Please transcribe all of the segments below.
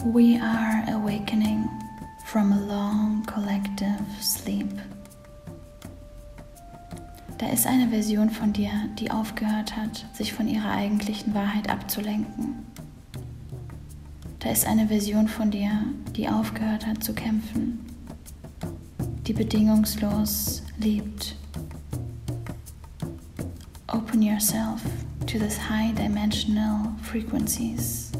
We are awakening from a long collective sleep. Da ist eine Version von dir, die aufgehört hat, sich von ihrer eigentlichen Wahrheit abzulenken. Da ist eine Version von dir, die aufgehört hat zu kämpfen, die bedingungslos liebt. Open yourself to these high-dimensional frequencies.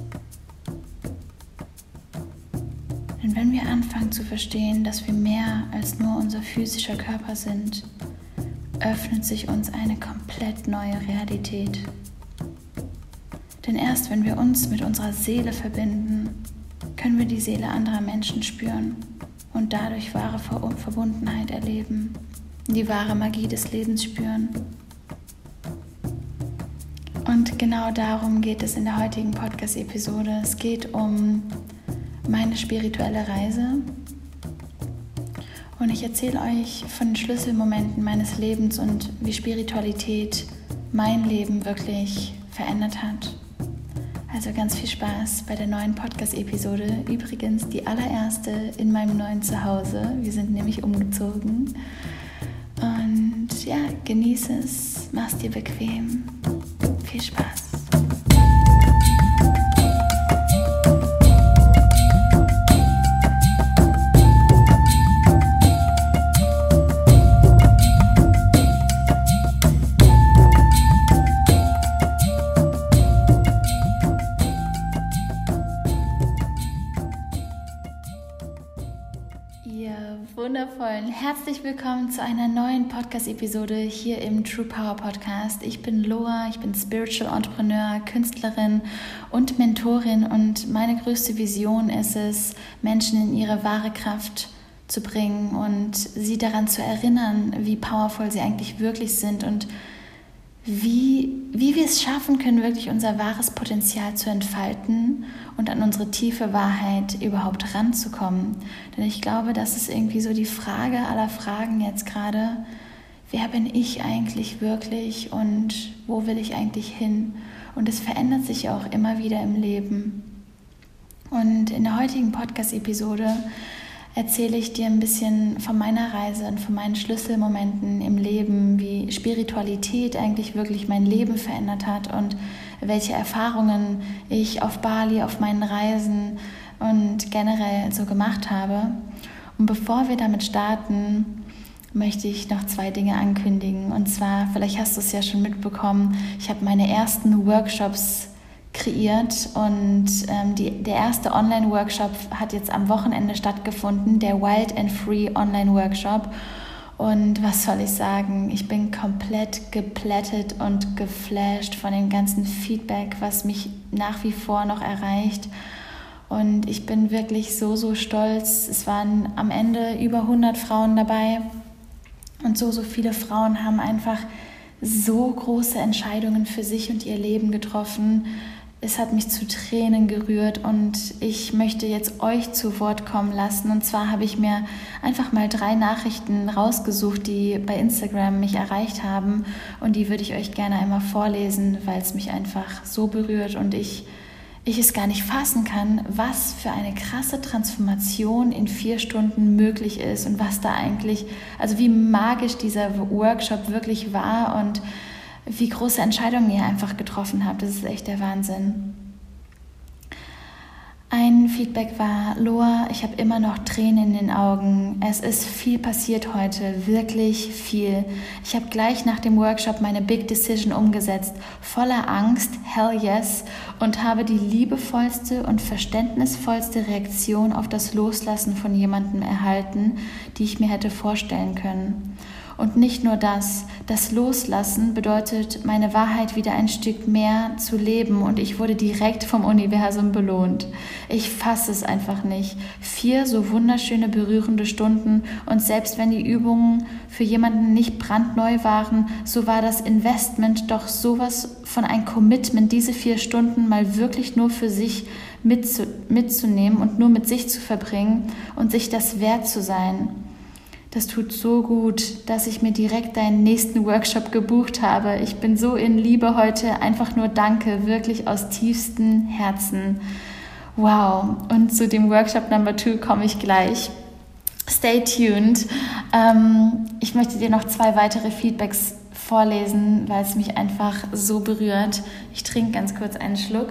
Denn wenn wir anfangen zu verstehen, dass wir mehr als nur unser physischer Körper sind, öffnet sich uns eine komplett neue Realität. Denn erst wenn wir uns mit unserer Seele verbinden, können wir die Seele anderer Menschen spüren und dadurch wahre Verbundenheit erleben, die wahre Magie des Lebens spüren. Und genau darum geht es in der heutigen Podcast-Episode. Es geht um meine spirituelle Reise. Und ich erzähle euch von den Schlüsselmomenten meines Lebens und wie Spiritualität mein Leben wirklich verändert hat. Also ganz viel Spaß bei der neuen Podcast-Episode. Übrigens die allererste in meinem neuen Zuhause. Wir sind nämlich umgezogen. Und ja, genieße es, mach's dir bequem. Viel Spaß. Wundervollen. Herzlich willkommen zu einer neuen Podcast-Episode hier im True Power Podcast. Ich bin Loa, ich bin Spiritual Entrepreneur, Künstlerin und Mentorin und meine größte Vision ist es, Menschen in ihre wahre Kraft zu bringen und sie daran zu erinnern, wie powerful sie eigentlich wirklich sind und wie wir es schaffen können, wirklich unser wahres Potenzial zu entfalten und an unsere tiefe Wahrheit überhaupt ranzukommen. Denn ich glaube, das ist irgendwie so die Frage aller Fragen jetzt gerade. Wer bin ich eigentlich wirklich und wo will ich eigentlich hin? Und es verändert sich ja auch immer wieder im Leben. Und in der heutigen Podcast-Episode erzähle ich dir ein bisschen von meiner Reise und von meinen Schlüsselmomenten im Leben, wie Spiritualität eigentlich wirklich mein Leben verändert hat und welche Erfahrungen ich auf Bali, auf meinen Reisen und generell so gemacht habe. Und bevor wir damit starten, möchte ich noch 2 Dinge ankündigen. Und zwar, vielleicht hast du es ja schon mitbekommen, ich habe meine ersten Workshops kreiert und der erste Online-Workshop hat jetzt am Wochenende stattgefunden, der Wild and Free Online-Workshop. Und was soll ich sagen, ich bin komplett geplättet und geflasht von dem ganzen Feedback, was mich nach wie vor noch erreicht. Und ich bin wirklich so stolz. Es waren am Ende über 100 Frauen dabei und so viele Frauen haben einfach so große Entscheidungen für sich und ihr Leben getroffen. Es hat mich zu Tränen gerührt und ich möchte jetzt euch zu Wort kommen lassen. Und zwar habe ich mir einfach mal 3 Nachrichten rausgesucht, die bei Instagram mich erreicht haben. Und die würde ich euch gerne einmal vorlesen, weil es mich einfach so berührt und ich es gar nicht fassen kann, was für eine krasse Transformation in 4 Stunden möglich ist und was da eigentlich, also wie magisch dieser Workshop wirklich war und wie große Entscheidungen ihr einfach getroffen habt. Das ist echt der Wahnsinn. Ein Feedback war: Loa, ich habe immer noch Tränen in den Augen. Es ist viel passiert heute, wirklich viel. Ich habe gleich nach dem Workshop meine Big Decision umgesetzt, voller Angst, hell yes, und habe die liebevollste und verständnisvollste Reaktion auf das Loslassen von jemandem erhalten, die ich mir hätte vorstellen können. Und nicht nur das Loslassen bedeutet, meine Wahrheit wieder ein Stück mehr zu leben und ich wurde direkt vom Universum belohnt. Ich fasse es einfach nicht. 4 so wunderschöne, berührende Stunden und selbst wenn die Übungen für jemanden nicht brandneu waren, so war das Investment doch sowas von ein Commitment, diese 4 Stunden mal wirklich nur für sich mitzunehmen und nur mit sich zu verbringen und sich das wert zu sein. Das tut so gut, dass ich mir direkt deinen nächsten Workshop gebucht habe. Ich bin so in Liebe heute. Einfach nur danke, wirklich aus tiefstem Herzen. Wow, und zu dem Workshop Number 2 komme ich gleich. Stay tuned. Ich möchte dir noch 2 weitere Feedbacks vorlesen, weil es mich einfach so berührt. Ich trinke ganz kurz einen Schluck.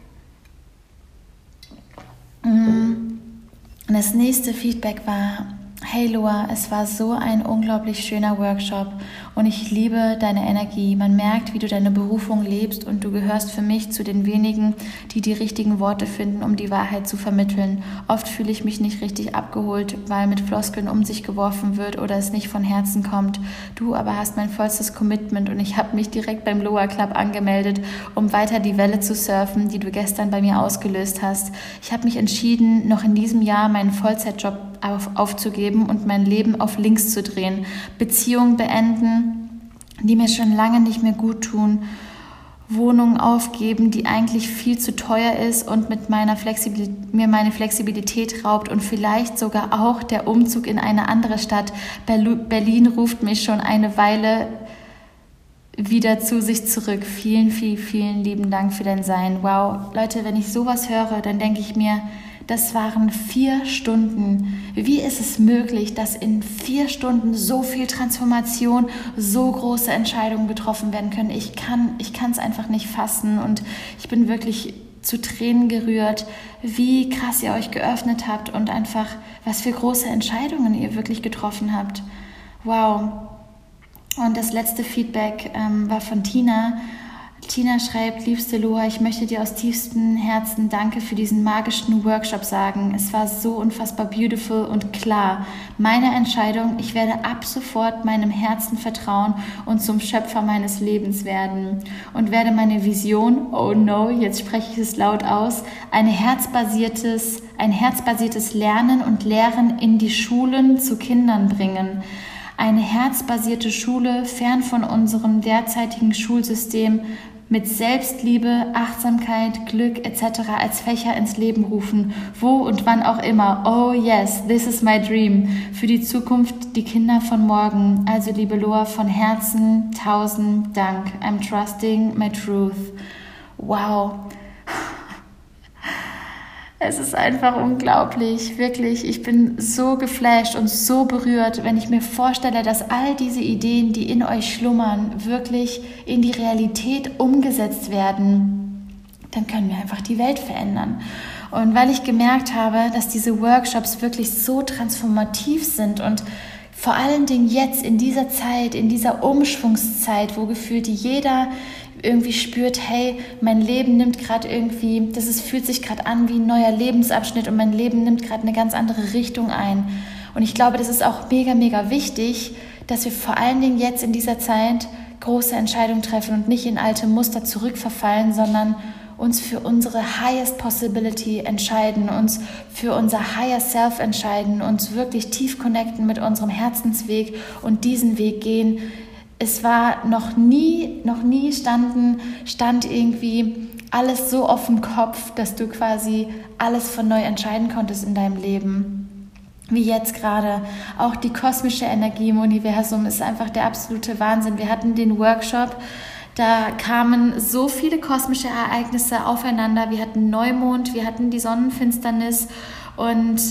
Und das nächste Feedback war: Hey Loa, es war so ein unglaublich schöner Workshop und ich liebe deine Energie. Man merkt, wie du deine Berufung lebst und du gehörst für mich zu den wenigen, die die richtigen Worte finden, um die Wahrheit zu vermitteln. Oft fühle ich mich nicht richtig abgeholt, weil mit Floskeln um sich geworfen wird oder es nicht von Herzen kommt. Du aber hast mein vollstes Commitment und ich habe mich direkt beim Loa Club angemeldet, um weiter die Welle zu surfen, die du gestern bei mir ausgelöst hast. Ich habe mich entschieden, noch in diesem Jahr meinen Vollzeitjob aufzugeben und mein Leben auf links zu drehen, Beziehungen beenden, die mir schon lange nicht mehr gut tun, Wohnungen aufgeben, die eigentlich viel zu teuer ist und mit mir meine Flexibilität raubt und vielleicht sogar auch der Umzug in eine andere Stadt. Berlin ruft mich schon eine Weile wieder zu sich zurück. Vielen, vielen, vielen lieben Dank für dein Sein. Wow, Leute, wenn ich sowas höre, dann denke ich mir, das waren 4 Stunden. Wie ist es möglich, dass in 4 Stunden so viel Transformation, so große Entscheidungen getroffen werden können? Ich kann es einfach nicht fassen und ich bin wirklich zu Tränen gerührt, wie krass ihr euch geöffnet habt und einfach, was für große Entscheidungen ihr wirklich getroffen habt. Wow. Und das letzte Feedback war von Tina. Tina schreibt: Liebste Loa, ich möchte dir aus tiefstem Herzen Danke für diesen magischen Workshop sagen. Es war so unfassbar beautiful und klar. Meine Entscheidung, ich werde ab sofort meinem Herzen vertrauen und zum Schöpfer meines Lebens werden und werde meine Vision, oh no, jetzt spreche ich es laut aus, ein herzbasiertes Lernen und Lehren in die Schulen zu Kindern bringen. Eine herzbasierte Schule, fern von unserem derzeitigen Schulsystem, mit Selbstliebe, Achtsamkeit, Glück etc. als Fächer ins Leben rufen, wo und wann auch immer. Oh yes, this is my dream. Für die Zukunft, die Kinder von morgen. Also liebe Loa, von Herzen 1000 Dank. I'm trusting my truth. Wow. Es ist einfach unglaublich, wirklich. Ich bin so geflasht und so berührt, wenn ich mir vorstelle, dass all diese Ideen, die in euch schlummern, wirklich in die Realität umgesetzt werden. Dann können wir einfach die Welt verändern. Und weil ich gemerkt habe, dass diese Workshops wirklich so transformativ sind und vor allen Dingen jetzt in dieser Zeit, in dieser Umschwungszeit, wo gefühlt jeder irgendwie spürt, hey, mein Leben nimmt gerade irgendwie, fühlt sich gerade an wie ein neuer Lebensabschnitt und mein Leben nimmt gerade eine ganz andere Richtung ein. Und ich glaube, das ist auch mega, mega wichtig, dass wir vor allen Dingen jetzt in dieser Zeit große Entscheidungen treffen und nicht in alte Muster zurückverfallen, sondern uns für unsere highest possibility entscheiden, uns für unser higher self entscheiden, uns wirklich tief connecten mit unserem Herzensweg und diesen Weg gehen. Es war noch nie stand irgendwie alles so auf dem Kopf, dass du quasi alles von neu entscheiden konntest in deinem Leben. Wie jetzt gerade. Auch die kosmische Energie im Universum ist einfach der absolute Wahnsinn. Wir hatten den Workshop, da kamen so viele kosmische Ereignisse aufeinander. Wir hatten Neumond, wir hatten die Sonnenfinsternis und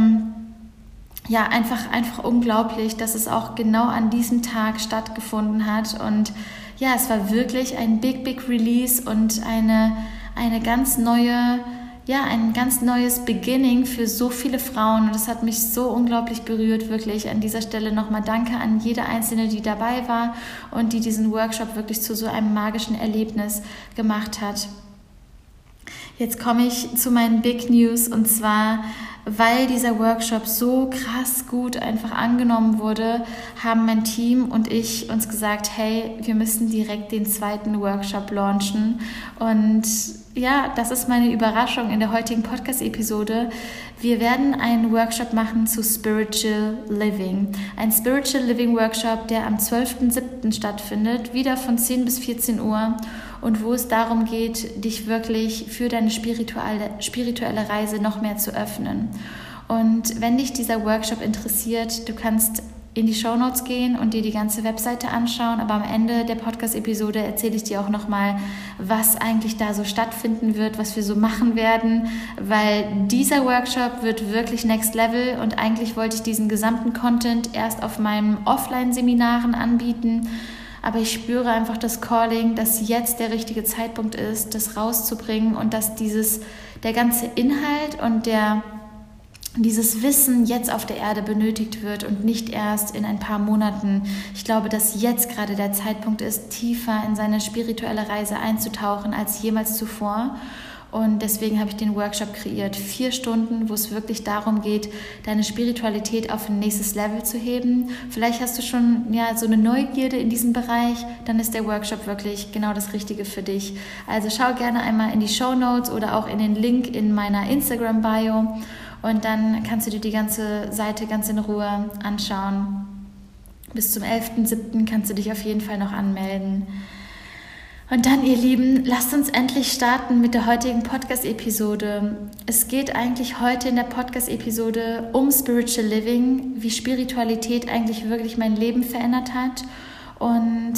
einfach unglaublich, dass es auch genau an diesem Tag stattgefunden hat. Und ja, es war wirklich ein Big Release und eine ganz neue, ein ganz neues Beginning für so viele Frauen. Und das hat mich so unglaublich berührt, wirklich. An dieser Stelle nochmal Danke an jede Einzelne, die dabei war und die diesen Workshop wirklich zu so einem magischen Erlebnis gemacht hat. Jetzt komme ich zu meinen Big News, und zwar, weil dieser Workshop so krass gut einfach angenommen wurde, haben mein Team und ich uns gesagt, hey, wir müssen direkt den 2. Workshop launchen. Und ja, das ist meine Überraschung in der heutigen Podcast-Episode. Wir werden einen Workshop machen zu Spiritual Living. Ein Spiritual Living Workshop, der am 12.07. stattfindet, wieder von 10 bis 14 Uhr. Und wo es darum geht, dich wirklich für deine spirituelle Reise noch mehr zu öffnen. Und wenn dich dieser Workshop interessiert, du kannst in die Shownotes gehen und dir die ganze Webseite anschauen. Aber am Ende der Podcast-Episode erzähle ich dir auch nochmal, was eigentlich da so stattfinden wird, was wir so machen werden, weil dieser Workshop wird wirklich Next Level und eigentlich wollte ich diesen gesamten Content erst auf meinen Offline-Seminaren anbieten. Aber ich spüre einfach das Calling, dass jetzt der richtige Zeitpunkt ist, das rauszubringen und dass der ganze Inhalt und dieses Wissen jetzt auf der Erde benötigt wird und nicht erst in ein paar Monaten. Ich glaube, dass jetzt gerade der Zeitpunkt ist, tiefer in seine spirituelle Reise einzutauchen als jemals zuvor. Und deswegen habe ich den Workshop kreiert. 4 Stunden, wo es wirklich darum geht, deine Spiritualität auf ein nächstes Level zu heben. Vielleicht hast du schon so eine Neugierde in diesem Bereich, dann ist der Workshop wirklich genau das Richtige für dich. Also schau gerne einmal in die Shownotes oder auch in den Link in meiner Instagram-Bio. Und dann kannst du dir die ganze Seite ganz in Ruhe anschauen. Bis zum 11.07. kannst du dich auf jeden Fall noch anmelden. Und dann, ihr Lieben, lasst uns endlich starten mit der heutigen Podcast-Episode. Es geht eigentlich heute in der Podcast-Episode um Spiritual Living, wie Spiritualität eigentlich wirklich mein Leben verändert hat. Und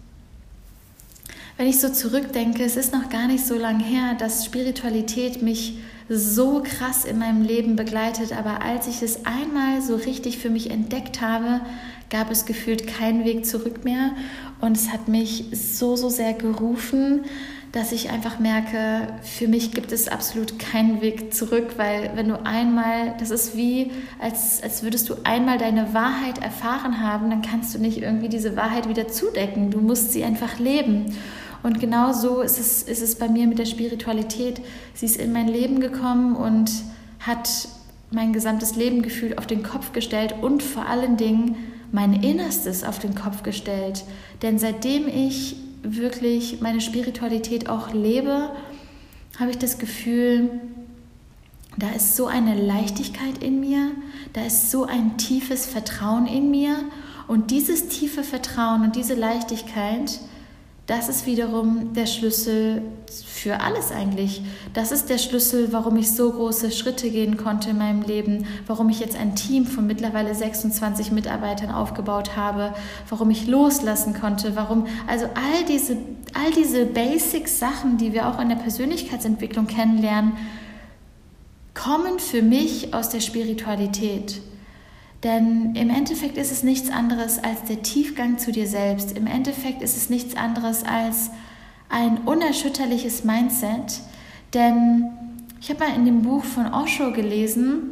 wenn ich so zurückdenke, es ist noch gar nicht so lange her, dass Spiritualität mich so krass in meinem Leben begleitet, aber als ich es einmal so richtig für mich entdeckt habe, gab es gefühlt keinen Weg zurück mehr und es hat mich so sehr gerufen, dass ich einfach merke, für mich gibt es absolut keinen Weg zurück, weil wenn du einmal, das ist wie, als würdest du einmal deine Wahrheit erfahren haben, dann kannst du nicht irgendwie diese Wahrheit wieder zudecken, du musst sie einfach leben. Und genau so ist es bei mir mit der Spiritualität. Sie ist in mein Leben gekommen und hat mein gesamtes Leben gefühlt auf den Kopf gestellt und vor allen Dingen mein Innerstes auf den Kopf gestellt. Denn seitdem ich wirklich meine Spiritualität auch lebe, habe ich das Gefühl, da ist so eine Leichtigkeit in mir, da ist so ein tiefes Vertrauen in mir. Und dieses tiefe Vertrauen und diese Leichtigkeit, das ist wiederum der Schlüssel für alles eigentlich. Das ist der Schlüssel, warum ich so große Schritte gehen konnte in meinem Leben, warum ich jetzt ein Team von mittlerweile 26 Mitarbeitern aufgebaut habe, warum ich loslassen konnte, also all diese Basic-Sachen, die wir auch in der Persönlichkeitsentwicklung kennenlernen, kommen für mich aus der Spiritualität. Denn im Endeffekt ist es nichts anderes als der Tiefgang zu dir selbst. Im Endeffekt ist es nichts anderes als ein unerschütterliches Mindset. Denn ich habe mal in dem Buch von Osho gelesen,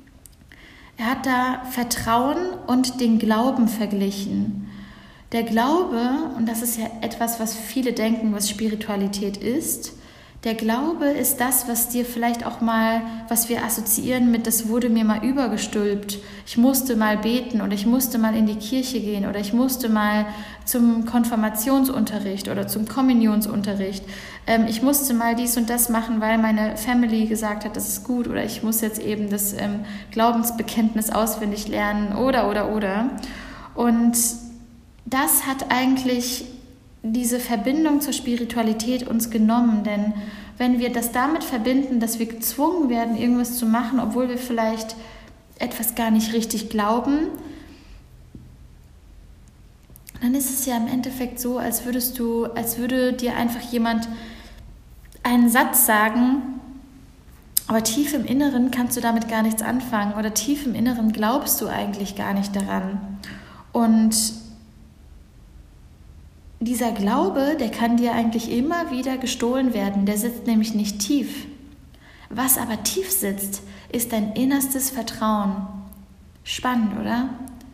er hat da Vertrauen und den Glauben verglichen. Der Glaube, und das ist ja etwas, was viele denken, was Spiritualität ist, der Glaube ist das, was dir vielleicht auch mal, was wir assoziieren mit, das wurde mir mal übergestülpt. Ich musste mal beten oder ich musste mal in die Kirche gehen oder ich musste mal zum Konfirmationsunterricht oder zum Kommunionsunterricht. Ich musste mal dies und das machen, weil meine Family gesagt hat, das ist gut, oder ich muss jetzt eben das Glaubensbekenntnis auswendig lernen oder. Und das hat eigentlich diese Verbindung zur Spiritualität uns genommen, denn wenn wir das damit verbinden, dass wir gezwungen werden, irgendwas zu machen, obwohl wir vielleicht etwas gar nicht richtig glauben, dann ist es ja im Endeffekt so, als würde dir einfach jemand einen Satz sagen, aber tief im Inneren kannst du damit gar nichts anfangen oder tief im Inneren glaubst du eigentlich gar nicht daran. Und dieser Glaube, der kann dir eigentlich immer wieder gestohlen werden, der sitzt nämlich nicht tief. Was aber tief sitzt, ist dein innerstes Vertrauen. Spannend, oder?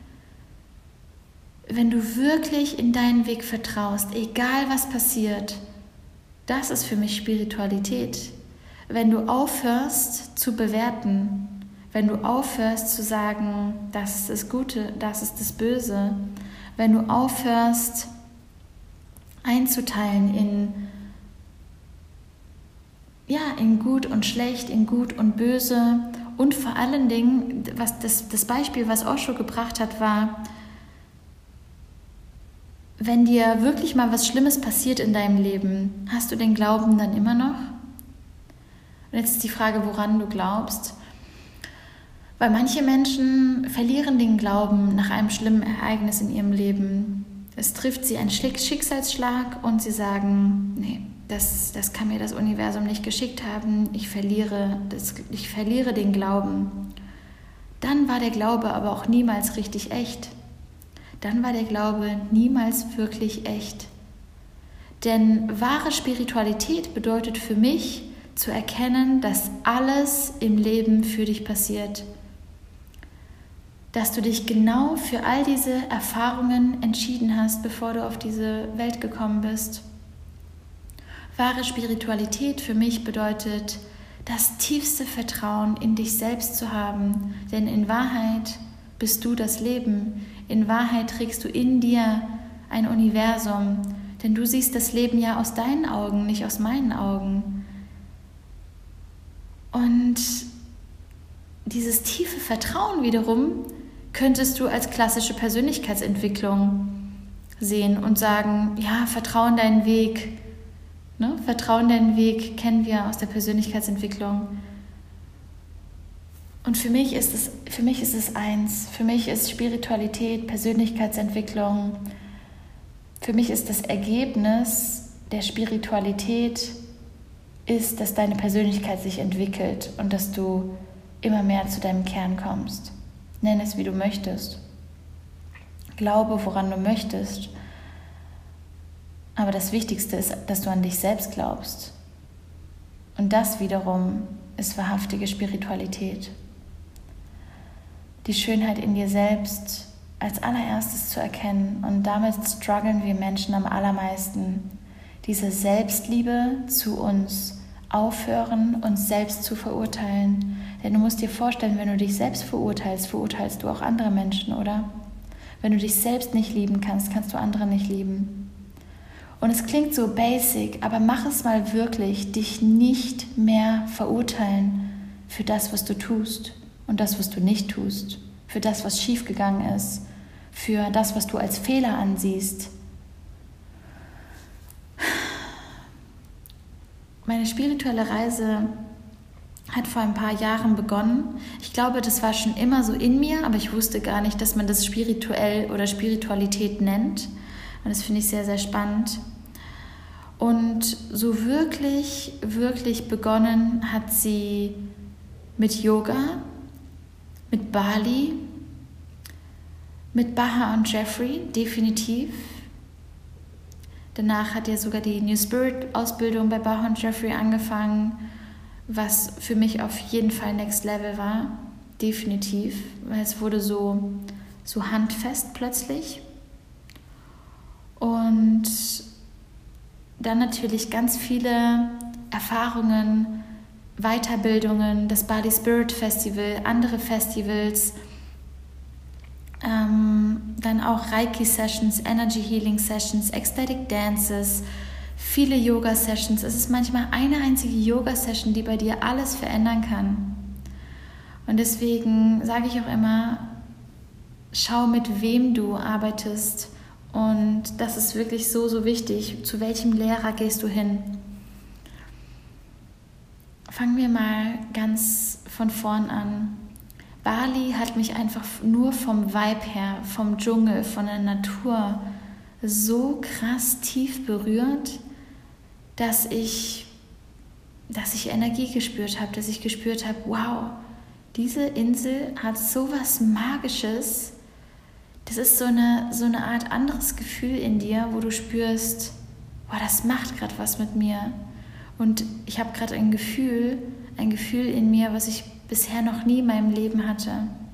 Wenn du wirklich in deinen Weg vertraust, egal was passiert, das ist für mich Spiritualität. Wenn du aufhörst zu bewerten, wenn du aufhörst zu sagen, das ist das Gute, das ist das Böse, wenn du aufhörst einzuteilen in gut und schlecht, in gut und böse und vor allen Dingen, was das Beispiel, was Osho gebracht hat, war, wenn dir wirklich mal was Schlimmes passiert in deinem Leben, hast du den Glauben dann immer noch? Und jetzt ist die Frage, woran du glaubst. Weil manche Menschen verlieren den Glauben nach einem schlimmen Ereignis in ihrem Leben. Es trifft sie ein Schicksalsschlag und sie sagen, nee, das kann mir das Universum nicht geschickt haben, ich verliere den Glauben. Dann war der Glaube aber auch niemals richtig echt. Dann war der Glaube niemals wirklich echt. Denn wahre Spiritualität bedeutet für mich, zu erkennen, dass alles im Leben für dich passiert. Dass du dich genau für all diese Erfahrungen entschieden hast, bevor du auf diese Welt gekommen bist. Wahre Spiritualität für mich bedeutet, das tiefste Vertrauen in dich selbst zu haben. Denn in Wahrheit bist du das Leben. In Wahrheit trägst du in dir ein Universum. Denn du siehst das Leben ja aus deinen Augen, nicht aus meinen Augen. Und dieses tiefe Vertrauen wiederum könntest du als klassische Persönlichkeitsentwicklung sehen und sagen, ja, vertrauen deinen Weg. Ne? Vertrauen deinen Weg kennen wir aus der Persönlichkeitsentwicklung. Und für mich ist es eins. Für mich ist Spiritualität, Persönlichkeitsentwicklung. Für mich ist das Ergebnis der Spiritualität ist, dass deine Persönlichkeit sich entwickelt und dass du immer mehr zu deinem Kern kommst. Nenn es, wie du möchtest. Glaube, woran du möchtest. Aber das Wichtigste ist, dass du an dich selbst glaubst. Und das wiederum ist wahrhaftige Spiritualität. Die Schönheit in dir selbst als allererstes zu erkennen. Und damit strugglen wir Menschen am allermeisten. Diese Selbstliebe zu uns aufhören, uns selbst zu verurteilen. Denn du musst dir vorstellen, wenn du dich selbst verurteilst, verurteilst du auch andere Menschen, oder? Wenn du dich selbst nicht lieben kannst, kannst du andere nicht lieben. Und es klingt so basic, aber mach es mal wirklich, dich nicht mehr verurteilen für das, was du tust und das, was du nicht tust, für das, was schiefgegangen ist, für das, was du als Fehler ansiehst. Meine spirituelle Reise hat vor ein paar Jahren begonnen. Ich glaube, das war schon immer so in mir, aber ich wusste gar nicht, dass man das spirituell oder Spiritualität nennt. Und das finde ich sehr, sehr spannend. Und so wirklich, wirklich begonnen hat sie mit Yoga, mit Bali, mit Baha und Jeffrey, definitiv. Danach hat ja sogar die New Spirit Ausbildung bei Baha und Jeffrey angefangen, was für mich auf jeden Fall Next Level war, definitiv, weil es wurde so handfest plötzlich. Und dann natürlich ganz viele Erfahrungen, Weiterbildungen, das Bali Spirit Festival, andere Festivals, dann auch Reiki-Sessions, Energy Healing Sessions, Ecstatic Dances, viele Yoga-Sessions. Es ist manchmal eine einzige Yoga-Session, die bei dir alles verändern kann. Und deswegen sage ich auch immer, schau, mit wem du arbeitest. Und das ist wirklich so, so wichtig. Zu welchem Lehrer gehst du hin? Fangen wir mal ganz von vorn an. Bali hat mich einfach nur vom Vibe her, vom Dschungel, von der Natur so krass tief berührt, dass ich Energie gespürt habe, dass ich gespürt habe, wow, diese Insel hat so was Magisches. Das ist so eine Art anderes Gefühl in dir, wo du spürst, wow, das macht gerade was mit mir. Und ich habe gerade ein Gefühl in mir, was ich bisher noch nie in meinem Leben hatte.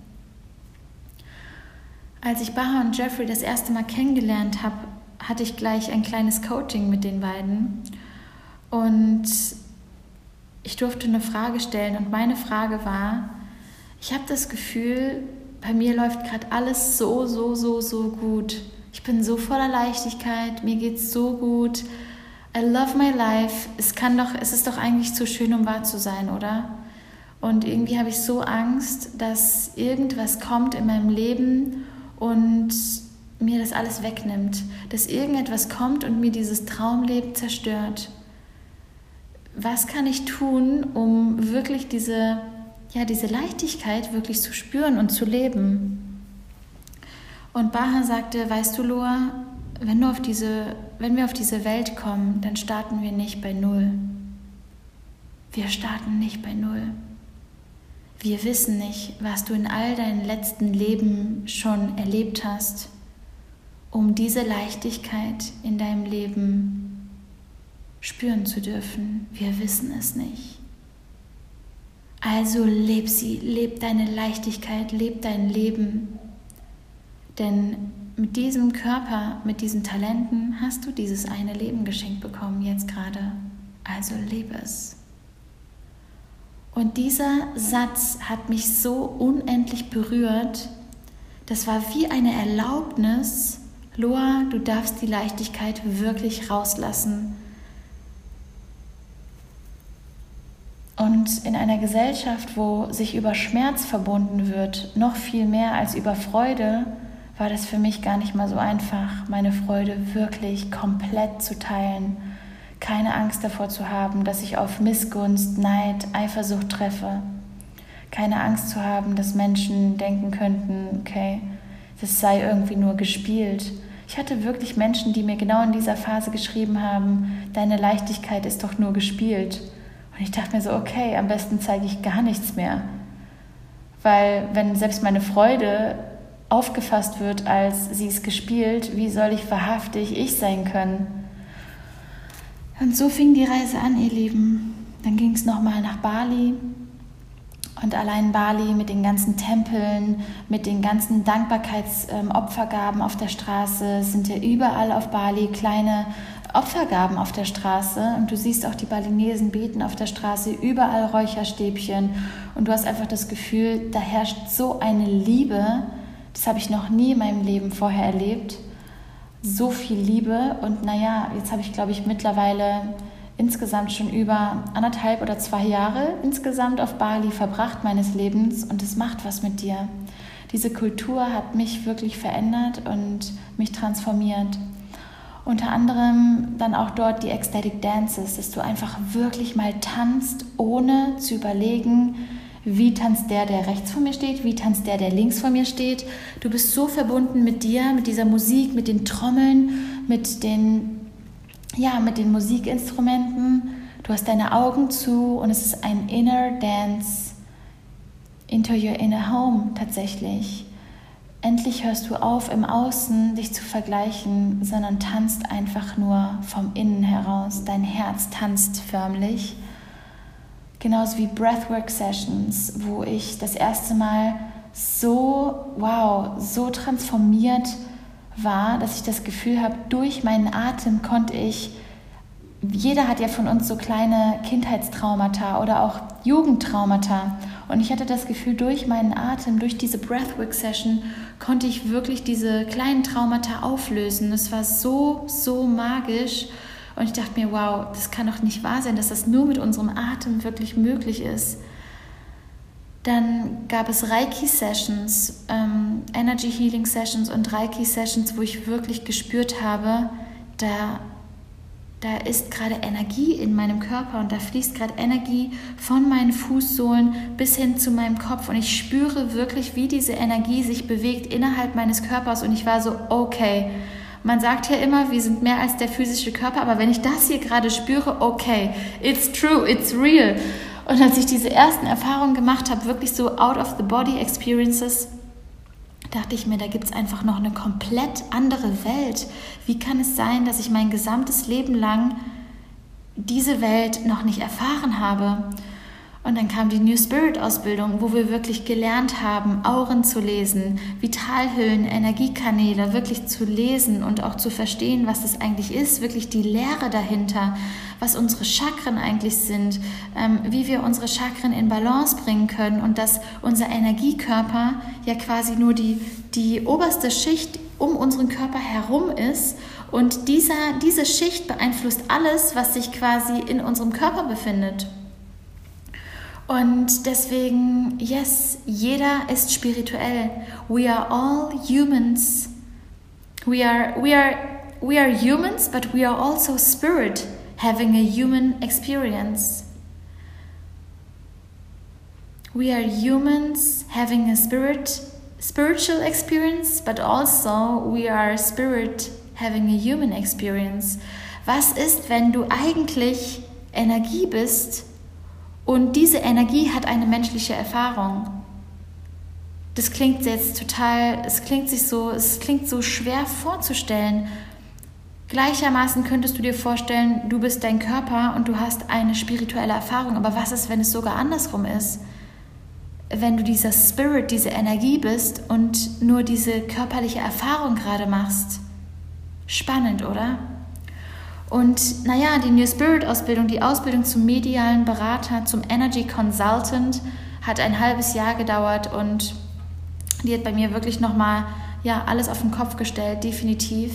Als ich Baha und Jeffrey das erste Mal kennengelernt habe, hatte ich gleich ein kleines Coaching mit den beiden. Und ich durfte eine Frage stellen und meine Frage war, ich habe das Gefühl, bei mir läuft gerade alles so gut. Ich bin so voller Leichtigkeit, mir geht's so gut. I love my life. Es ist doch eigentlich zu schön, um wahr zu sein, oder? Und irgendwie habe ich so Angst, dass irgendwas kommt in meinem Leben und mir das alles wegnimmt. Dass irgendetwas kommt und mir dieses Traumleben zerstört. Was kann ich tun, um wirklich diese diese Leichtigkeit wirklich zu spüren und zu leben. Und Baha sagte, weißt du, Loa, wenn wir auf diese Welt kommen, dann starten wir nicht bei Null. Wir starten nicht bei Null. Wir wissen nicht, was du in all deinen letzten Leben schon erlebt hast, um diese Leichtigkeit in deinem Leben spüren zu dürfen. Wir wissen es nicht. Also leb sie, leb deine Leichtigkeit, leb dein Leben. Denn mit diesem Körper, mit diesen Talenten hast du dieses eine Leben geschenkt bekommen, jetzt gerade. Also lebe es. Und dieser Satz hat mich so unendlich berührt. Das war wie eine Erlaubnis. Loa, du darfst die Leichtigkeit wirklich rauslassen. Und in einer Gesellschaft, wo sich über Schmerz verbunden wird, noch viel mehr als über Freude, war das für mich gar nicht mal so einfach, meine Freude wirklich komplett zu teilen. Keine Angst davor zu haben, dass ich auf Missgunst, Neid, Eifersucht treffe. Keine Angst zu haben, dass Menschen denken könnten, okay, das sei irgendwie nur gespielt. Ich hatte wirklich Menschen, die mir genau in dieser Phase geschrieben haben, deine Leichtigkeit ist doch nur gespielt. Und ich dachte mir so, okay, am besten zeige ich gar nichts mehr. Weil wenn selbst meine Freude aufgefasst wird als sie ist gespielt, wie soll ich wahrhaftig ich sein können? Und so fing die Reise an, ihr Lieben. Dann ging es nochmal nach Bali. Und allein Bali mit den ganzen Tempeln, mit den ganzen Dankbarkeitsopfergaben auf der Straße, sind ja überall auf Bali kleine Opfergaben auf der Straße. Und du siehst auch die Balinesen beten auf der Straße, überall Räucherstäbchen. Und du hast einfach das Gefühl, da herrscht so eine Liebe. Das habe ich noch nie in meinem Leben vorher erlebt. So viel Liebe. Und jetzt habe ich, glaube ich, mittlerweile insgesamt schon über 1,5 oder 2 Jahre insgesamt auf Bali verbracht meines Lebens. Und es macht was mit dir. Diese Kultur hat mich wirklich verändert und mich transformiert. Unter anderem dann auch dort die Ecstatic Dances, dass du einfach wirklich mal tanzt, ohne zu überlegen, wie tanzt der rechts vor mir steht, wie tanzt der links vor mir steht. Du bist so verbunden mit dir, mit dieser Musik, mit den Trommeln, mit den Musikinstrumenten. Du hast deine Augen zu und es ist ein Inner Dance into your inner home tatsächlich. Endlich hörst du auf, im Außen dich zu vergleichen, sondern tanzt einfach nur vom Innen heraus. Dein Herz tanzt förmlich. Genauso wie Breathwork-Sessions, wo ich das erste Mal so transformiert war, dass ich das Gefühl habe, durch meinen Atem konnte ich, jeder hat ja von uns so kleine Kindheitstraumata oder auch Jugendtraumata. Und ich hatte das Gefühl, durch meinen Atem, durch diese Breathwork-Session, konnte ich wirklich diese kleinen Traumata auflösen. Es war so, so magisch. Und ich dachte mir, wow, das kann doch nicht wahr sein, dass das nur mit unserem Atem wirklich möglich ist. Dann gab es Reiki-Sessions, Energy Healing Sessions und Reiki-Sessions, wo ich wirklich gespürt habe, da ist gerade Energie in meinem Körper und da fließt gerade Energie von meinen Fußsohlen bis hin zu meinem Kopf und ich spüre wirklich, wie diese Energie sich bewegt innerhalb meines Körpers und ich war so, okay, man sagt ja immer, wir sind mehr als der physische Körper, aber wenn ich das hier gerade spüre, okay, it's true, it's real. Und als ich diese ersten Erfahrungen gemacht habe, wirklich so out-of-the-body-Experiences, dachte ich mir, da gibt es einfach noch eine komplett andere Welt. Wie kann es sein, dass ich mein gesamtes Leben lang diese Welt noch nicht erfahren habe? Und dann kam die New Spirit Ausbildung, wo wir wirklich gelernt haben, Auren zu lesen, Vitalhüllen, Energiekanäle wirklich zu lesen und auch zu verstehen, was das eigentlich ist, wirklich die Lehre dahinter, was unsere Chakren eigentlich sind, wie wir unsere Chakren in Balance bringen können und dass unser Energiekörper ja quasi nur die oberste Schicht um unseren Körper herum ist und diese Schicht beeinflusst alles, was sich quasi in unserem Körper befindet. Und deswegen, yes, jeder ist spirituell. We are all humans. We are humans, but we are also spirit, having a human experience. we are humans having a spiritual experience, but also we are spirit having a human experience. Was ist, wenn du eigentlich Energie bist und diese Energie hat eine menschliche Erfahrung? Das klingt jetzt es klingt so schwer vorzustellen. Gleichermaßen könntest du dir vorstellen, du bist dein Körper und du hast eine spirituelle Erfahrung. Aber was ist, wenn es sogar andersrum ist? Wenn du dieser Spirit, diese Energie bist und nur diese körperliche Erfahrung gerade machst. Spannend, oder? Und naja, die New Spirit Ausbildung, die Ausbildung zum medialen Berater, zum Energy Consultant, hat ein halbes Jahr gedauert und die hat bei mir wirklich nochmal alles auf den Kopf gestellt, definitiv.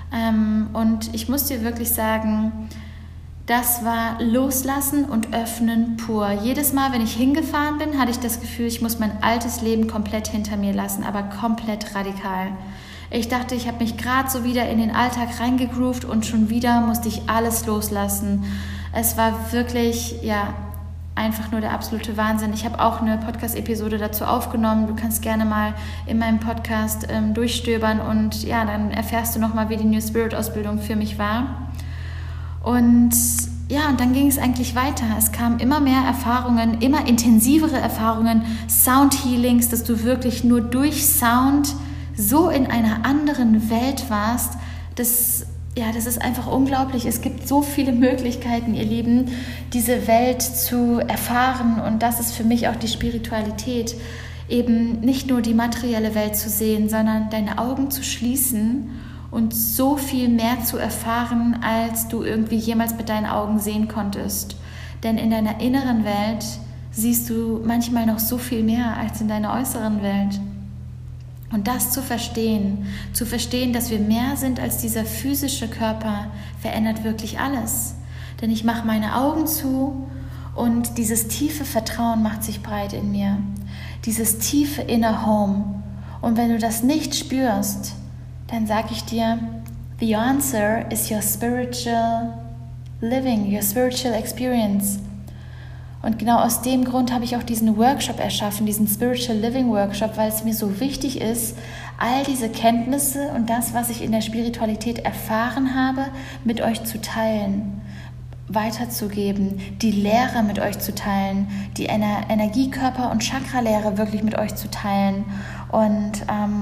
Und ich muss dir wirklich sagen, das war Loslassen und Öffnen pur. Jedes Mal, wenn ich hingefahren bin, hatte ich das Gefühl, ich muss mein altes Leben komplett hinter mir lassen, aber komplett radikal. Ich dachte, ich habe mich gerade so wieder in den Alltag reingegroovt und schon wieder musste ich alles loslassen. Es war wirklich, einfach nur der absolute Wahnsinn. Ich habe auch eine Podcast-Episode dazu aufgenommen. Du kannst gerne mal in meinem Podcast durchstöbern und dann erfährst du nochmal, wie die New Spirit-Ausbildung für mich war. Und dann ging es eigentlich weiter. Es kamen immer mehr Erfahrungen, immer intensivere Erfahrungen, Sound-Healings, dass du wirklich nur durch Sound so in einer anderen Welt warst. Das ist einfach unglaublich. Es gibt so viele Möglichkeiten, ihr Lieben, diese Welt zu erfahren. Und das ist für mich auch die Spiritualität, eben nicht nur die materielle Welt zu sehen, sondern deine Augen zu schließen und so viel mehr zu erfahren, als du irgendwie jemals mit deinen Augen sehen konntest. Denn in deiner inneren Welt siehst du manchmal noch so viel mehr als in deiner äußeren Welt. Und das zu verstehen, dass wir mehr sind als dieser physische Körper, verändert wirklich alles. Denn ich mache meine Augen zu und dieses tiefe Vertrauen macht sich breit in mir. Dieses tiefe Inner Home. Und wenn du das nicht spürst, dann sage ich dir, the answer is your spiritual living, your spiritual experience. Und genau aus dem Grund habe ich auch diesen Workshop erschaffen, diesen Spiritual Living Workshop, weil es mir so wichtig ist, all diese Kenntnisse und das, was ich in der Spiritualität erfahren habe, mit euch zu teilen, weiterzugeben, die Lehre mit euch zu teilen, die Energiekörper- und Chakra-Lehre wirklich mit euch zu teilen. Und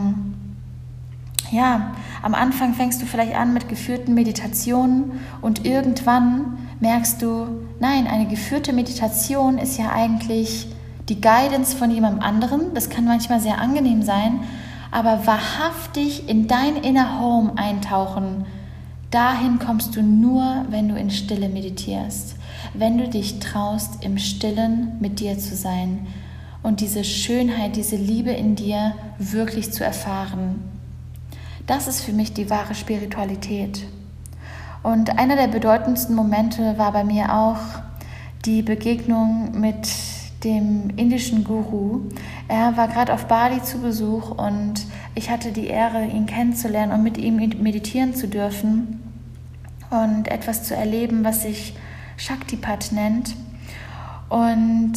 am Anfang fängst du vielleicht an mit geführten Meditationen und irgendwann merkst du, nein, eine geführte Meditation ist ja eigentlich die Guidance von jemandem anderen. Das kann manchmal sehr angenehm sein, aber wahrhaftig in dein Inner Home eintauchen, dahin kommst du nur, wenn du in Stille meditierst, wenn du dich traust, im Stillen mit dir zu sein und diese Schönheit, diese Liebe in dir wirklich zu erfahren. Das ist für mich die wahre Spiritualität. Und einer der bedeutendsten Momente war bei mir auch die Begegnung mit dem indischen Guru. Er war gerade auf Bali zu Besuch und ich hatte die Ehre, ihn kennenzulernen und mit ihm meditieren zu dürfen und etwas zu erleben, was sich Shaktipat nennt. Und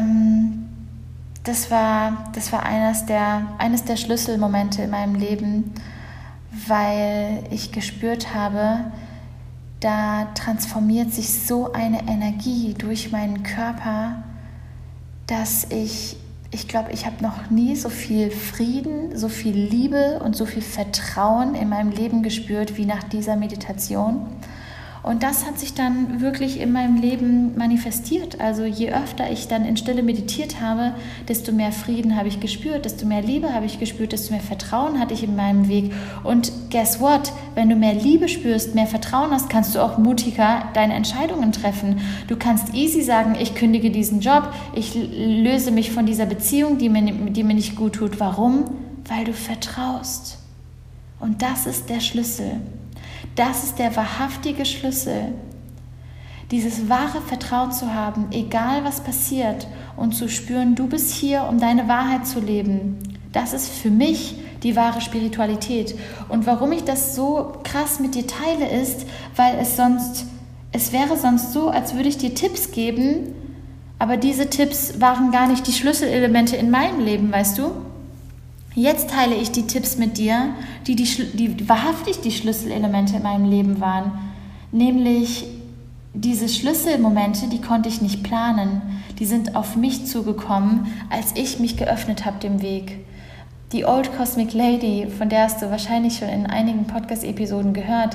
das war eines der Schlüsselmomente in meinem Leben, weil ich gespürt habe, da transformiert sich so eine Energie durch meinen Körper, dass ich glaube, ich habe noch nie so viel Frieden, so viel Liebe und so viel Vertrauen in meinem Leben gespürt wie nach dieser Meditation. Und das hat sich dann wirklich in meinem Leben manifestiert. Also je öfter ich dann in Stille meditiert habe, desto mehr Frieden habe ich gespürt, desto mehr Liebe habe ich gespürt, desto mehr Vertrauen hatte ich in meinem Weg. Und guess what? Wenn du mehr Liebe spürst, mehr Vertrauen hast, kannst du auch mutiger deine Entscheidungen treffen. Du kannst easy sagen, ich kündige diesen Job, ich löse mich von dieser Beziehung, die mir nicht gut tut. Warum? Weil du vertraust. Und das ist der Schlüssel. Das ist der wahrhaftige Schlüssel, dieses wahre Vertrauen zu haben, egal was passiert, und zu spüren, du bist hier, um deine Wahrheit zu leben. Das ist für mich die wahre Spiritualität. Und warum ich das so krass mit dir teile, ist, weil es wäre sonst so, als würde ich dir Tipps geben, Aber diese Tipps waren gar nicht die Schlüsselelemente in meinem Leben, weißt du? Jetzt teile ich die Tipps mit dir, die wahrhaftig die Schlüsselelemente in meinem Leben waren. Nämlich diese Schlüsselmomente, die konnte ich nicht planen. Die sind auf mich zugekommen, als ich mich geöffnet habe dem Weg. Die Old Cosmic Lady, von der hast du wahrscheinlich schon in einigen Podcast-Episoden gehört,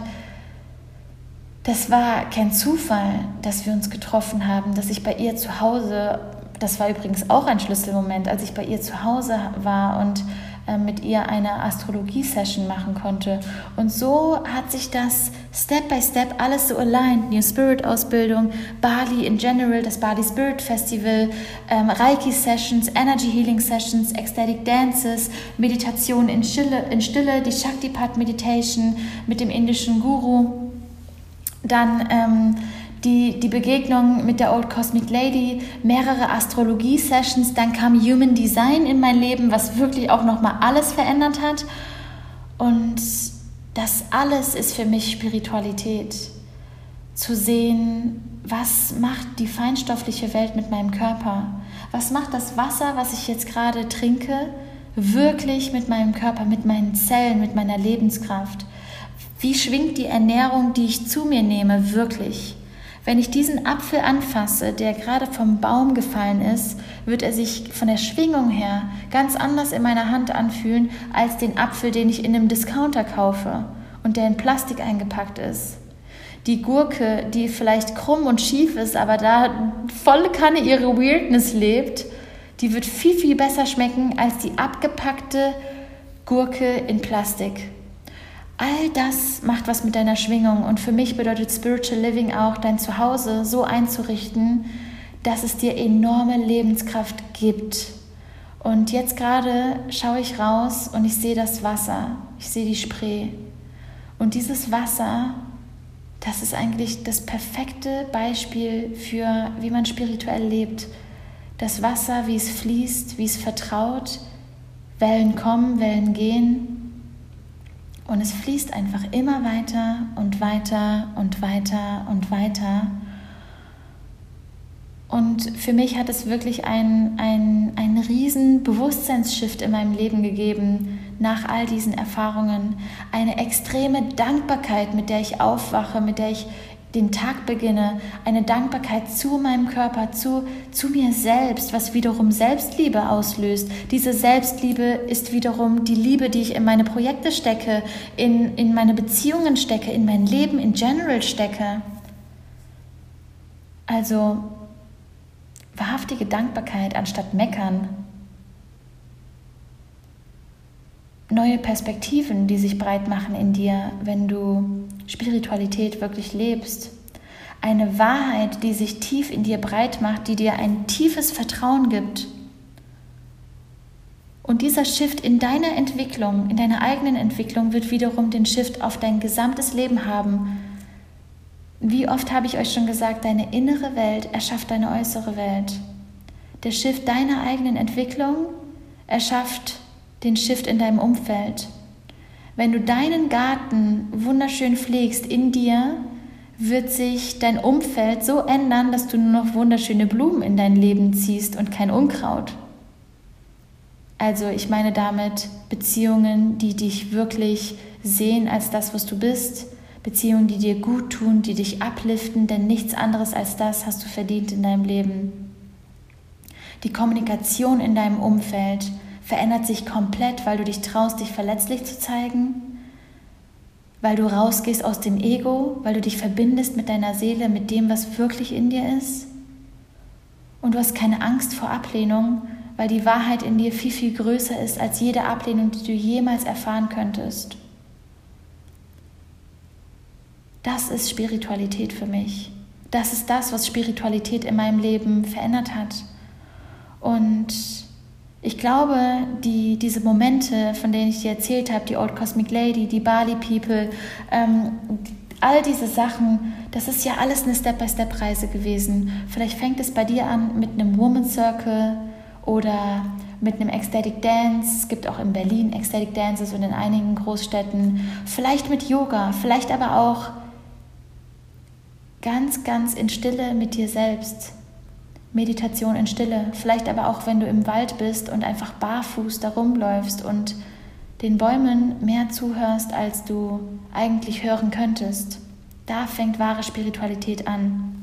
das war kein Zufall, dass wir uns getroffen haben, dass ich bei ihr zu Hause, das war übrigens auch ein Schlüsselmoment, als ich bei ihr zu Hause war und mit ihr eine Astrologie-Session machen konnte. Und so hat sich das Step by Step alles so aligned. New Spirit-Ausbildung, Bali in general, das Bali Spirit Festival, Reiki-Sessions, Energy Healing Sessions, Ecstatic Dances, Meditation in Stille, die Shaktipat Meditation mit dem indischen Guru. Dann die Begegnung mit der Old Cosmic Lady, mehrere Astrologie-Sessions, dann kam Human Design in mein Leben, was wirklich auch nochmal alles verändert hat. Und das alles ist für mich Spiritualität. Zu sehen, was macht die feinstoffliche Welt mit meinem Körper? Was macht das Wasser, was ich jetzt gerade trinke, wirklich mit meinem Körper, mit meinen Zellen, mit meiner Lebenskraft? Wie schwingt die Ernährung, die ich zu mir nehme, wirklich? Wenn ich diesen Apfel anfasse, der gerade vom Baum gefallen ist, wird er sich von der Schwingung her ganz anders in meiner Hand anfühlen, als den Apfel, den ich in einem Discounter kaufe und der in Plastik eingepackt ist. Die Gurke, die vielleicht krumm und schief ist, aber da volle Kanne ihre Weirdness lebt, die wird viel, viel besser schmecken als die abgepackte Gurke in Plastik. All das macht was mit deiner Schwingung und für mich bedeutet Spiritual Living auch, dein Zuhause so einzurichten, dass es dir enorme Lebenskraft gibt. Und jetzt gerade schaue ich raus und ich sehe das Wasser, ich sehe die Spree. Und dieses Wasser, das ist eigentlich das perfekte Beispiel für, wie man spirituell lebt. Das Wasser, wie es fließt, wie es vertraut, Wellen kommen, Wellen gehen. Und es fließt einfach immer weiter und weiter und weiter und weiter. Und für mich hat es wirklich einen riesen Bewusstseinsshift in meinem Leben gegeben, nach all diesen Erfahrungen. Eine extreme Dankbarkeit, mit der ich aufwache, mit der ich den Tag beginne. Eine Dankbarkeit zu meinem Körper, zu mir selbst, was wiederum Selbstliebe auslöst. Diese Selbstliebe ist wiederum die Liebe, die ich in meine Projekte stecke, in meine Beziehungen stecke, in mein Leben in general stecke. Also wahrhaftige Dankbarkeit anstatt meckern. Neue Perspektiven, die sich breit machen in dir, wenn du Spiritualität wirklich lebst. Eine Wahrheit, die sich tief in dir breit macht, die dir ein tiefes Vertrauen gibt. Und dieser Shift in deiner Entwicklung, in deiner eigenen Entwicklung, wird wiederum den Shift auf dein gesamtes Leben haben. Wie oft habe ich euch schon gesagt, deine innere Welt erschafft deine äußere Welt. Der Shift deiner eigenen Entwicklung erschafft den Shift in deinem Umfeld. Wenn du deinen Garten wunderschön pflegst in dir, wird sich dein Umfeld so ändern, dass du nur noch wunderschöne Blumen in dein Leben ziehst und kein Unkraut. Also ich meine damit Beziehungen, die dich wirklich sehen als das, was du bist, Beziehungen, die dir gut tun, die dich upliften, denn nichts anderes als das hast du verdient in deinem Leben. Die Kommunikation in deinem Umfeld verändert sich komplett, weil du dich traust, dich verletzlich zu zeigen, weil du rausgehst aus dem Ego, weil du dich verbindest mit deiner Seele, mit dem, was wirklich in dir ist. Und du hast keine Angst vor Ablehnung, weil die Wahrheit in dir viel, viel größer ist als jede Ablehnung, die du jemals erfahren könntest. Das ist Spiritualität für mich. Das ist das, was Spiritualität in meinem Leben verändert hat. Und ich glaube, diese Momente, von denen ich dir erzählt habe, die Old Cosmic Lady, die Bali People, all diese Sachen, das ist ja alles eine Step-by-Step-Reise gewesen. Vielleicht fängt es bei dir an mit einem Woman Circle oder mit einem Ecstatic Dance. Es gibt auch in Berlin Ecstatic Dances und in einigen Großstädten. Vielleicht mit Yoga, vielleicht aber auch ganz, ganz in Stille mit dir selbst. Meditation in Stille. Vielleicht aber auch, wenn du im Wald bist und einfach barfuß da rumläufst und den Bäumen mehr zuhörst, als du eigentlich hören könntest. Da fängt wahre Spiritualität an.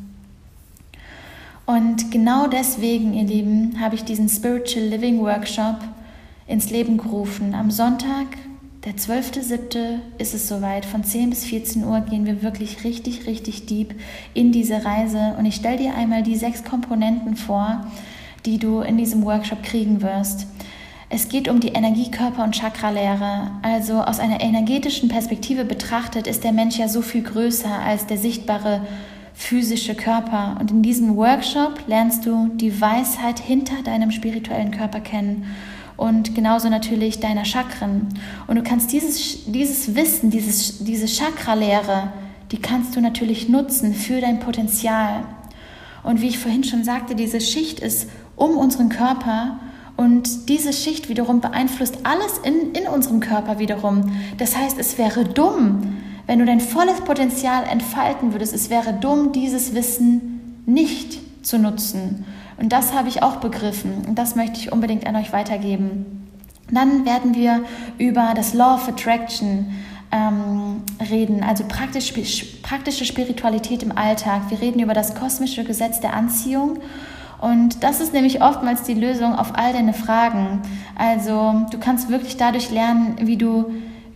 Und genau deswegen, ihr Lieben, habe ich diesen Spiritual Living Workshop ins Leben gerufen. Am Sonntag, der 12.07. ist es soweit. Von 10 bis 14 Uhr gehen wir wirklich richtig, richtig deep in diese Reise. Und ich stelle dir einmal die 6 Komponenten vor, die du in diesem Workshop kriegen wirst. Es geht um die Energie-, Körper- und Chakralehre. Also aus einer energetischen Perspektive betrachtet ist der Mensch ja so viel größer als der sichtbare physische Körper. Und in diesem Workshop lernst du die Weisheit hinter deinem spirituellen Körper kennen und genauso natürlich deiner Chakren. Und du kannst dieses Wissen, diese Chakralehre, die kannst du natürlich nutzen für dein Potenzial. Und wie ich vorhin schon sagte, diese Schicht ist um unseren Körper und diese Schicht wiederum beeinflusst alles in unserem Körper wiederum. Das heißt, es wäre dumm, wenn du dein volles Potenzial entfalten würdest, es wäre dumm, dieses Wissen nicht zu nutzen. Und das habe ich auch begriffen und das möchte ich unbedingt an euch weitergeben. Dann werden wir über das Law of Attraction reden, also praktische Spiritualität im Alltag. Wir reden über das kosmische Gesetz der Anziehung. Und das ist nämlich oftmals die Lösung auf all deine Fragen. Also du kannst wirklich dadurch lernen, wie du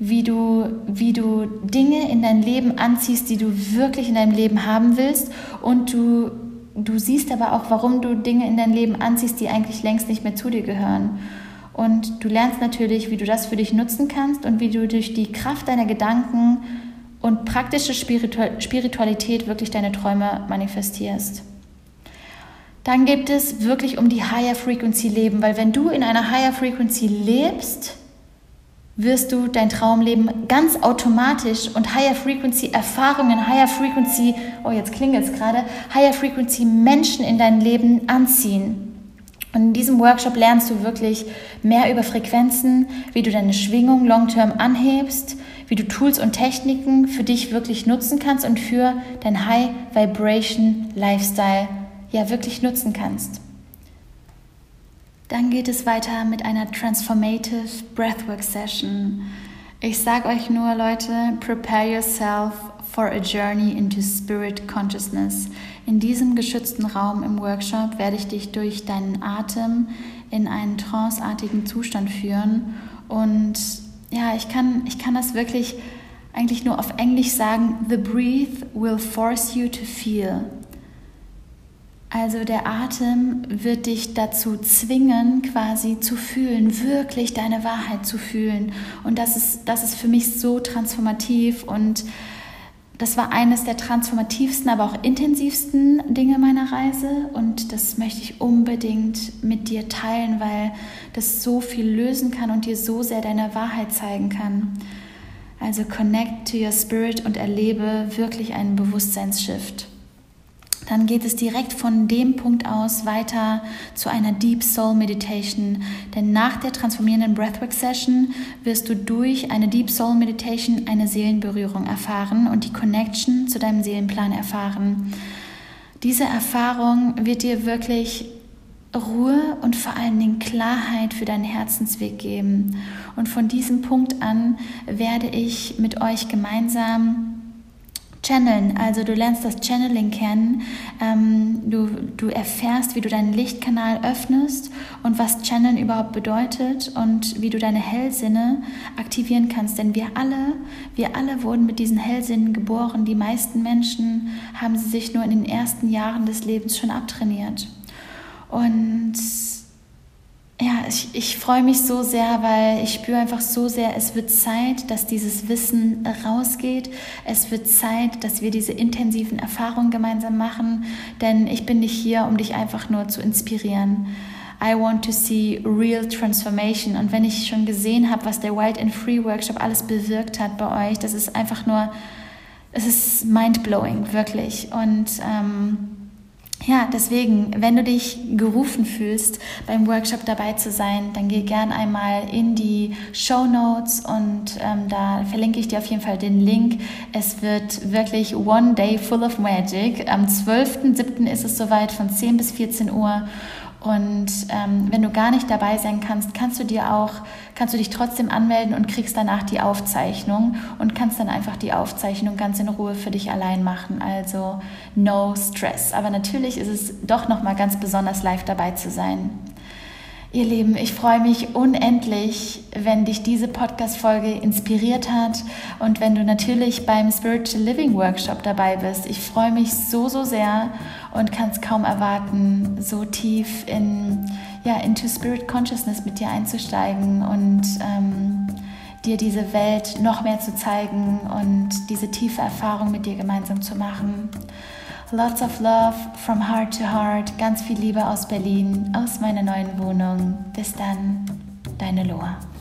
Dinge in dein Leben anziehst, die du wirklich in deinem Leben haben willst. Und du siehst aber auch, warum du Dinge in dein Leben anziehst, die eigentlich längst nicht mehr zu dir gehören. Und du lernst natürlich, wie du das für dich nutzen kannst und wie du durch die Kraft deiner Gedanken und praktische Spiritualität wirklich deine Träume manifestierst. Dann geht es wirklich um die Higher Frequency leben, weil wenn du in einer Higher Frequency lebst, wirst du dein Traumleben ganz automatisch und Higher Frequency Erfahrungen, Higher Frequency, jetzt klingelt es gerade, Higher Frequency Menschen in dein Leben anziehen. Und in diesem Workshop lernst du wirklich mehr über Frequenzen, wie du deine Schwingung long-term anhebst, wie du Tools und Techniken für dich wirklich nutzen kannst und für dein High Vibration Lifestyle wirklich nutzen kannst. Dann geht es weiter mit einer Transformative Breathwork Session. Ich sage euch nur, Leute, prepare yourself for a journey into Spirit Consciousness. In diesem geschützten Raum im Workshop werde ich dich durch deinen Atem in einen tranceartigen Zustand führen. Und ich kann das wirklich eigentlich nur auf Englisch sagen, the breath will force you to feel. Also der Atem wird dich dazu zwingen, quasi zu fühlen, wirklich deine Wahrheit zu fühlen. Und das ist für mich so transformativ und das war eines der transformativsten, aber auch intensivsten Dinge meiner Reise. Und das möchte ich unbedingt mit dir teilen, weil das so viel lösen kann und dir so sehr deine Wahrheit zeigen kann. Also connect to your spirit und erlebe wirklich einen Bewusstseinsshift. Dann geht es direkt von dem Punkt aus weiter zu einer Deep Soul Meditation. Denn nach der transformierenden Breathwork Session wirst du durch eine Deep Soul Meditation eine Seelenberührung erfahren und die Connection zu deinem Seelenplan erfahren. Diese Erfahrung wird dir wirklich Ruhe und vor allen Dingen Klarheit für deinen Herzensweg geben. Und von diesem Punkt an werde ich mit euch gemeinsam Channeln, also du lernst das Channeling kennen, du erfährst, wie du deinen Lichtkanal öffnest und was Channeln überhaupt bedeutet und wie du deine Hellsinne aktivieren kannst, denn wir alle wurden mit diesen Hellsinnen geboren. Die meisten Menschen haben sie sich nur in den ersten Jahren des Lebens schon abtrainiert. Und ich freue mich so sehr, weil ich spüre einfach so sehr, es wird Zeit, dass dieses Wissen rausgeht. Es wird Zeit, dass wir diese intensiven Erfahrungen gemeinsam machen, denn ich bin nicht hier, um dich einfach nur zu inspirieren. I want to see real transformation. Und wenn ich schon gesehen habe, was der Wild and Free Workshop alles bewirkt hat bei euch, das ist einfach nur, es ist mindblowing, wirklich. Und Ja, deswegen, wenn du dich gerufen fühlst, beim Workshop dabei zu sein, dann geh gern einmal in die Shownotes und da verlinke ich dir auf jeden Fall den Link. Es wird wirklich one day full of magic. Am 12.07. ist es soweit von 10 bis 14 Uhr. Und wenn du gar nicht dabei sein kannst, kannst du dich trotzdem anmelden und kriegst danach die Aufzeichnung und kannst dann einfach die Aufzeichnung ganz in Ruhe für dich allein machen. Also no stress. Aber natürlich ist es doch nochmal ganz besonders, live dabei zu sein. Ihr Lieben, ich freue mich unendlich, wenn dich diese Podcast-Folge inspiriert hat und wenn du natürlich beim Spiritual Living Workshop dabei bist. Ich freue mich so sehr und kann es kaum erwarten, so tief into Spirit Consciousness mit dir einzusteigen und dir diese Welt noch mehr zu zeigen und diese tiefe Erfahrung mit dir gemeinsam zu machen. Lots of love from heart to heart. Ganz viel Liebe aus Berlin, aus meiner neuen Wohnung. Bis dann, deine Loa.